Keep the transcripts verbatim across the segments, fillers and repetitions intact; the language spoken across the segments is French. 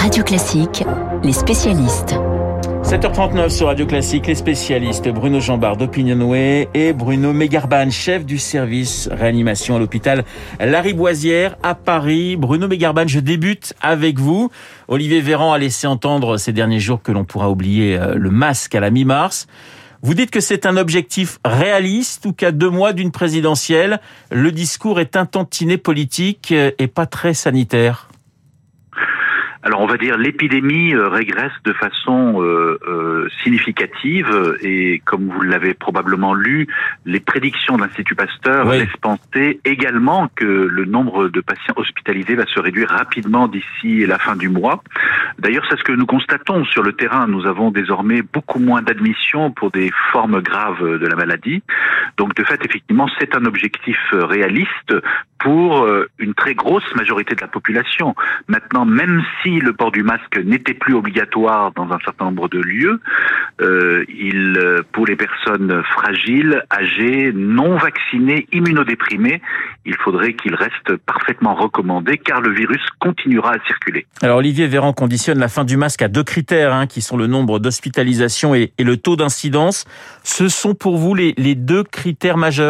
Radio Classique, les spécialistes. sept heures trente-neuf sur Radio Classique, les spécialistes Bruno Jambard d'Opinionway et Bruno Megarban, chef du service réanimation à l'hôpital Lariboisière à Paris. Bruno Megarban, je débute avec vous. Olivier Véran a laissé entendre ces derniers jours que l'on pourra oublier le masque à la mi-mars. Vous dites que c'est un objectif réaliste ou qu'à deux mois d'une présidentielle, le discours est un tantinet politique et pas très sanitaire. Alors on va dire l'épidémie régresse de façon euh, euh, significative et comme vous l'avez probablement lu, les prédictions de l'Institut Pasteur oui. laissent penser également que le nombre de patients hospitalisés va se réduire rapidement d'ici la fin du mois. D'ailleurs, c'est ce que nous constatons sur le terrain. Nous avons désormais beaucoup moins d'admissions pour des formes graves de la maladie. Donc de fait, effectivement, c'est un objectif réaliste pour une très grosse majorité de la population. Maintenant, même si le port du masque n'était plus obligatoire dans un certain nombre de lieux, euh, il, pour les personnes fragiles, âgées, non vaccinées, immunodéprimées, il faudrait qu'il reste parfaitement recommandé car le virus continuera à circuler. Alors Olivier Véran conditionne la fin du masque à deux critères, hein, qui sont le nombre d'hospitalisations et, et le taux d'incidence. Ce sont pour vous les, les deux critères majeurs ?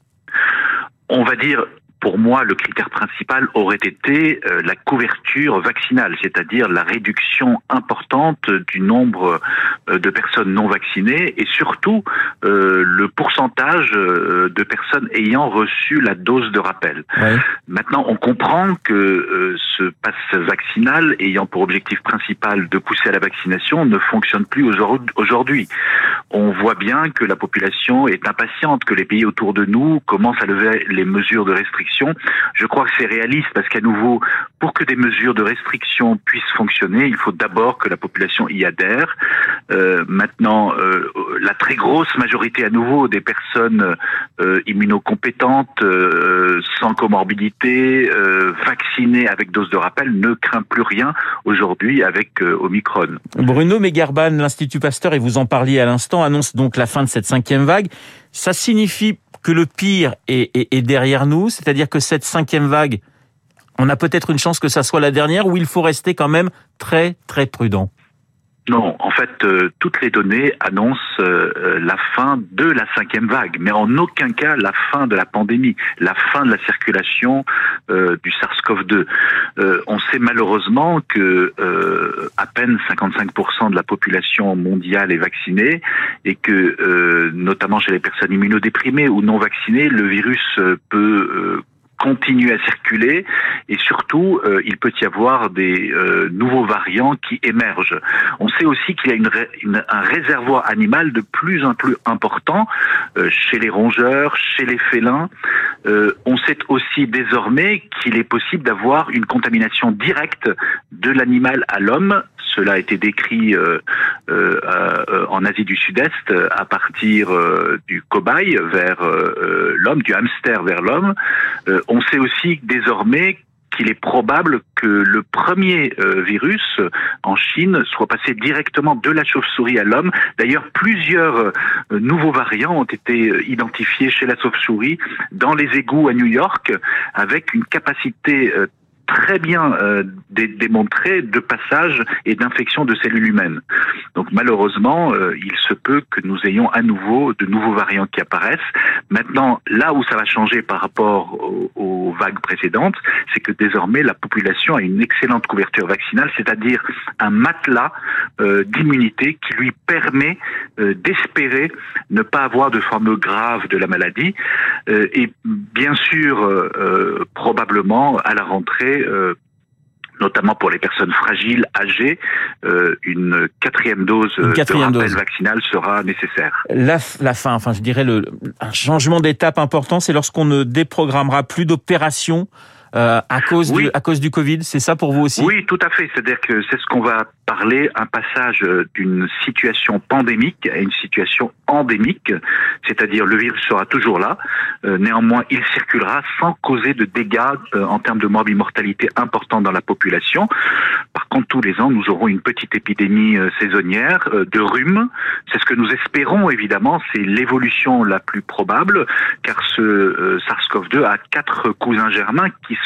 On va dire... Pour moi, le critère principal aurait été euh, la couverture vaccinale, c'est-à-dire la réduction importante du nombre euh, de personnes non vaccinées et surtout euh, le pourcentage euh, de personnes ayant reçu la dose de rappel. Oui. Maintenant, on comprend que euh, ce pass vaccinal, ayant pour objectif principal de pousser à la vaccination, ne fonctionne plus aujourd'hui. On voit bien que la population est impatiente, que les pays autour de nous commencent à lever les mesures de restriction. Je crois que c'est réaliste parce qu'à nouveau, pour que des mesures de restriction puissent fonctionner, il faut d'abord que la population y adhère. Euh, maintenant, euh, la très grosse majorité à nouveau des personnes euh, immunocompétentes, euh, sans comorbidité, euh, vaccinées avec dose de rappel, ne craint plus rien aujourd'hui avec euh, Omicron. Bruno Megarban, l'Institut Pasteur, et vous en parliez à l'instant, annonce donc la fin de cette cinquième vague. Ça signifie que le pire est, est, est derrière nous, c'est-à-dire que cette cinquième vague, on a peut-être une chance que ça soit la dernière, ou il faut rester quand même très très prudent? Non, en fait, euh, toutes les données annoncent euh, la fin de la cinquième vague, mais en aucun cas la fin de la pandémie, la fin de la circulation euh, du SARS-CoV deux. Euh, on sait malheureusement que euh, à peine cinquante-cinq pour cent de la population mondiale est vaccinée et que, euh, notamment chez les personnes immunodéprimées ou non vaccinées, le virus euh, peut euh, continuer à circuler et surtout euh, il peut y avoir des euh, nouveaux variants qui émergent. On sait aussi qu'il y a une, une, un réservoir animal de plus en plus important euh, chez les rongeurs, chez les félins. Euh, on sait aussi désormais qu'il est possible d'avoir une contamination directe de l'animal à l'homme. Cela a été décrit euh, euh, euh, en Asie du Sud-Est à partir euh, du cobaye vers euh, l'homme, du hamster vers l'homme. Euh, on sait aussi désormais qu'il est probable que le premier euh, virus en Chine soit passé directement de la chauve-souris à l'homme. D'ailleurs, plusieurs euh, nouveaux variants ont été euh, identifiés chez la chauve-souris dans les égouts à New York avec une capacité euh, très bien euh, dé- démontré de passage et d'infection de cellules humaines. Donc malheureusement, euh, il se peut que nous ayons à nouveau de nouveaux variants qui apparaissent. Maintenant, là où ça va changer par rapport aux, aux vagues précédentes, c'est que désormais la population a une excellente couverture vaccinale, c'est-à-dire un matelas euh, d'immunité qui lui permet euh, d'espérer ne pas avoir de forme grave de la maladie. Euh, et bien sûr, euh, euh, probablement à la rentrée, Euh, notamment pour les personnes fragiles, âgées, euh, une quatrième dose une quatrième de rappel dose. vaccinal sera nécessaire. La, la fin, enfin je dirais le, un changement d'étape important, c'est lorsqu'on ne déprogrammera plus d'opérations euh, à cause oui. du, à cause du Covid. C'est ça pour vous aussi? Oui, tout à fait. C'est-à-dire que c'est ce qu'on va parler, un passage d'une situation pandémique à une situation endémique, c'est-à-dire le virus sera toujours là, euh, néanmoins il circulera sans causer de dégâts euh, en termes de morbimortalité importante dans la population. Par contre, tous les ans, nous aurons une petite épidémie euh, saisonnière euh, de rhume. C'est ce que nous espérons, évidemment, c'est l'évolution la plus probable, car ce euh, SARS-CoV deux a quatre cousins germains qui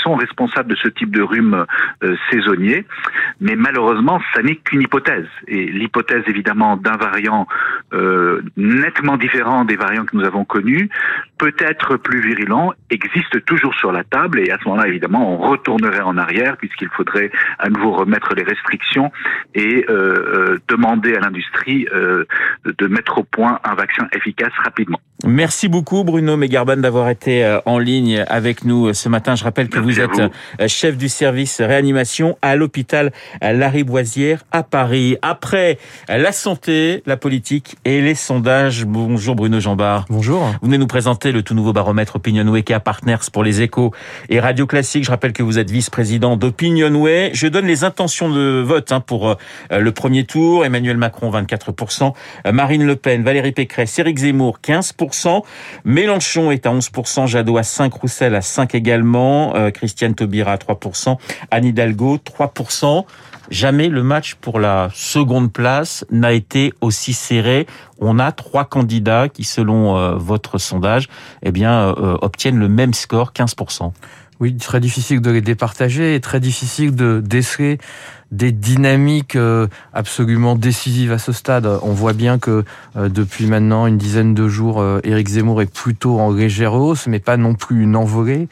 sont responsables de ce type de rhume euh, saisonnier. Mais malheureusement, ça n'est qu'une hypothèse. Et l'hypothèse, évidemment, d'un variant euh, nettement différent des variants que nous avons connus, peut-être plus virulent, existe toujours sur la table. Et à ce moment-là, évidemment, on retournerait en arrière puisqu'il faudrait à nouveau remettre les restrictions et euh, euh, demander à l'industrie euh, de mettre au point un vaccin efficace rapidement. Merci beaucoup Bruno Megarban d'avoir été en ligne avec nous ce matin. Je rappelle que Merci vous êtes vous. chef du service réanimation à l'hôpital Lariboisière à Paris. Après la santé, la politique et les sondages. Bonjour Bruno Jambard. Bonjour. Vous venez nous présenter le tout nouveau baromètre Opinionway K Partners pour les Échos et Radio Classique. Je rappelle que vous êtes vice-président d'Opinionway. Je donne les intentions de vote hein, pour le premier tour. Emmanuel Macron, vingt-quatre pour cent. Marine Le Pen, Valérie Pécresse, Éric Zemmour, quinze pour cent. Mélenchon est à onze pour cent. Jadot à cinq. Roussel à cinq également. Euh, Christiane Taubira à trois pour cent. Anne Hidalgo, trois pour cent. Jamais le match pour la seconde place n'a été aussi serré. On a trois candidats qui, selon euh, votre sondage, eh bien, euh, obtiennent le même score, quinze pour cent. Oui, très difficile de les départager et très difficile de déceler des dynamiques absolument décisives à ce stade. On voit bien que depuis maintenant une dizaine de jours, Éric Zemmour est plutôt en légère hausse, mais pas non plus une envolée.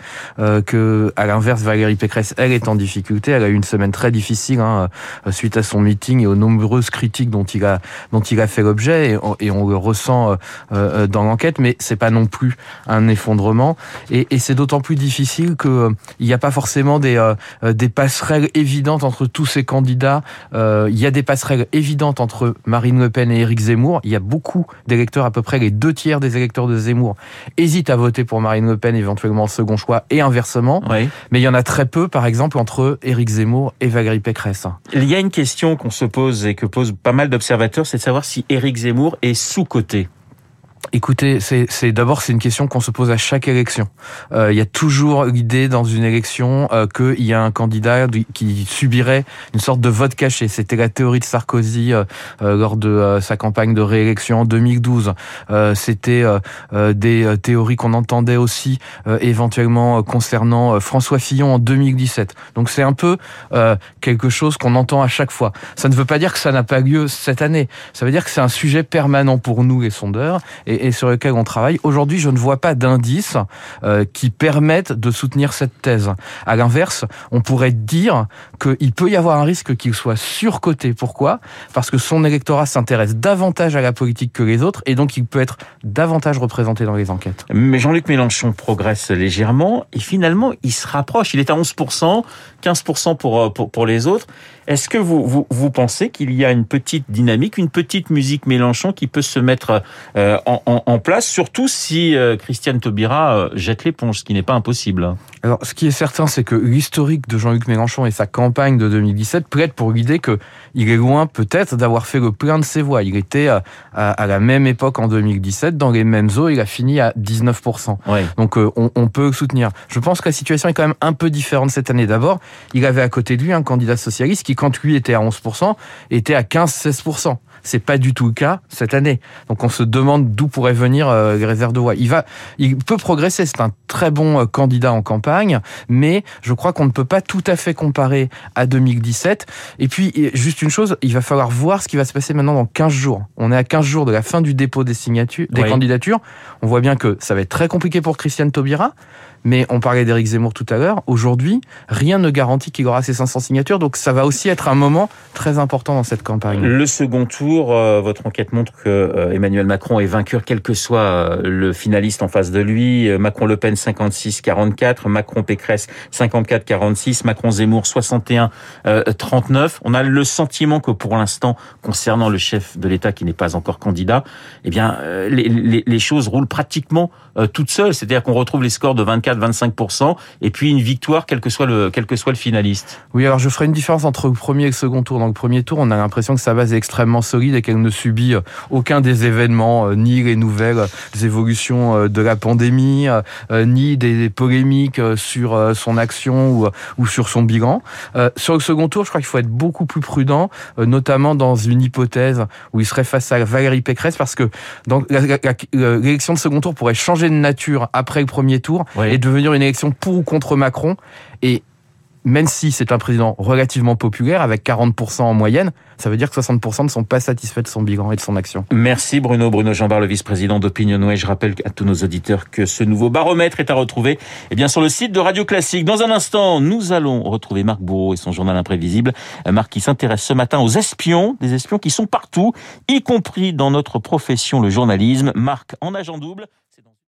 Que, à l'inverse, Valérie Pécresse, elle est en difficulté. Elle a eu une semaine très difficile hein, suite à son meeting et aux nombreuses critiques dont il a dont il a fait l'objet, et on, et on le ressent euh, dans l'enquête. Mais c'est pas non plus un effondrement. Et, et c'est d'autant plus difficile que euh, il n'y a pas forcément des euh, des passerelles évidentes entre tous ces candidats. Euh, il y a des passerelles évidentes entre Marine Le Pen et Éric Zemmour. Il y a beaucoup d'électeurs, à peu près les deux tiers des électeurs de Zemmour hésitent à voter pour Marine Le Pen, éventuellement en second choix, et inversement. Oui. Mais il y en a très peu, par exemple, entre Éric Zemmour et Valérie Pécresse. Il y a une question qu'on se pose et que posent pas mal d'observateurs, c'est de savoir si Éric Zemmour est sous-coté. Écoutez, c'est, c'est d'abord c'est une question qu'on se pose à chaque élection. Euh, il y a toujours l'idée dans une élection euh, qu'il y a un candidat qui subirait une sorte de vote caché. C'était la théorie de Sarkozy euh, euh, lors de euh, sa campagne de réélection en deux mille douze. Euh, c'était euh, euh, des euh, théories qu'on entendait aussi euh, éventuellement euh, concernant euh, François Fillon en deux mille dix-sept. Donc c'est un peu euh, quelque chose qu'on entend à chaque fois. Ça ne veut pas dire que ça n'a pas lieu cette année. Ça veut dire que c'est un sujet permanent pour nous les sondeurs. Et et sur lequel on travaille. Aujourd'hui, je ne vois pas d'indices euh, qui permettent de soutenir cette thèse. À l'inverse, on pourrait dire qu'il peut y avoir un risque qu'il soit surcoté. Pourquoi ? Parce que son électorat s'intéresse davantage à la politique que les autres et donc il peut être davantage représenté dans les enquêtes. Mais Jean-Luc Mélenchon progresse légèrement et finalement, il se rapproche. Il est à onze pour cent, quinze pour cent pour, pour, pour les autres. Est-ce que vous, vous, vous pensez qu'il y a une petite dynamique, une petite musique Mélenchon qui peut se mettre euh, en, en, en place, surtout si euh, Christiane Taubira euh, jette l'éponge, ce qui n'est pas impossible? Alors, ce qui est certain, c'est que l'historique de Jean-Luc Mélenchon et sa campagne de deux mille dix-sept plaide pour l'idée que il est loin peut-être d'avoir fait le plein de ses voix. Il était à, à, à la même époque en deux mille dix-sept, dans les mêmes eaux, il a fini à dix-neuf pour cent. Oui. Donc euh, on, on peut le soutenir. Je pense que la situation est quand même un peu différente cette année. D'abord, il avait à côté de lui un candidat socialiste qui, quand lui était à onze pour cent, était à quinze à seize pour cent. C'est pas du tout le cas cette année. Donc on se demande d'où pourraient venir euh, les réserves de voix. Il va, il peut progresser. C'est un très bon euh, candidat en campagne, mais je crois qu'on ne peut pas tout à fait comparer à deux mille dix-sept. Et puis juste une chose, il va falloir voir ce qui va se passer maintenant dans quinze jours. On est à quinze jours de la fin du dépôt des signatures, des oui. candidatures. On voit bien que ça va être très compliqué pour Christiane Taubira. Mais on parlait d'Éric Zemmour tout à l'heure. Aujourd'hui, rien ne garantit qu'il aura ces cinq cents signatures. Donc ça va aussi être un moment très important dans cette campagne. Le second tour, euh, votre enquête montre que euh, Emmanuel Macron est vainqueur, quel que soit euh, le finaliste en face de lui. Macron-Le Pen, cinquante-six à quarante-quatre. Macron-Pécresse, cinquante-quatre à quarante-six. Macron-Zemmour, soixante et un à trente-neuf. On a le sentiment que pour l'instant, concernant le chef de l'État qui n'est pas encore candidat, eh bien, euh, les, les, les choses roulent pratiquement euh, toutes seules. C'est-à-dire qu'on retrouve les scores de vingt-quatre à vingt-cinq pour cent et puis une victoire quel que soit le quel que soit le finaliste. Oui, alors je ferai une différence entre le premier et le second tour. Dans le premier tour, on a l'impression que sa base est extrêmement solide. solide et qu'elle ne subit aucun des événements, ni les nouvelles évolutions de la pandémie, ni des polémiques sur son action ou, ou sur son bilan. Sur le second tour, je crois qu'il faut être beaucoup plus prudent, notamment dans une hypothèse où il serait face à Valérie Pécresse, parce que donc, la, la, la, l'élection de second tour pourrait changer de nature après le premier tour oui. et devenir une élection pour ou contre Macron. Et même si c'est un président relativement populaire, avec quarante pour cent en moyenne, ça veut dire que soixante pour cent ne sont pas satisfaits de son bilan et de son action. Merci Bruno. Bruno Jeanbard, le vice-président d'Opinionway. Je rappelle à tous nos auditeurs que ce nouveau baromètre est à retrouver eh bien, sur le site de Radio Classique. Dans un instant, nous allons retrouver Marc Bourreau et son journal imprévisible. Marc qui s'intéresse ce matin aux espions, des espions qui sont partout, y compris dans notre profession, le journalisme. Marc en agent double.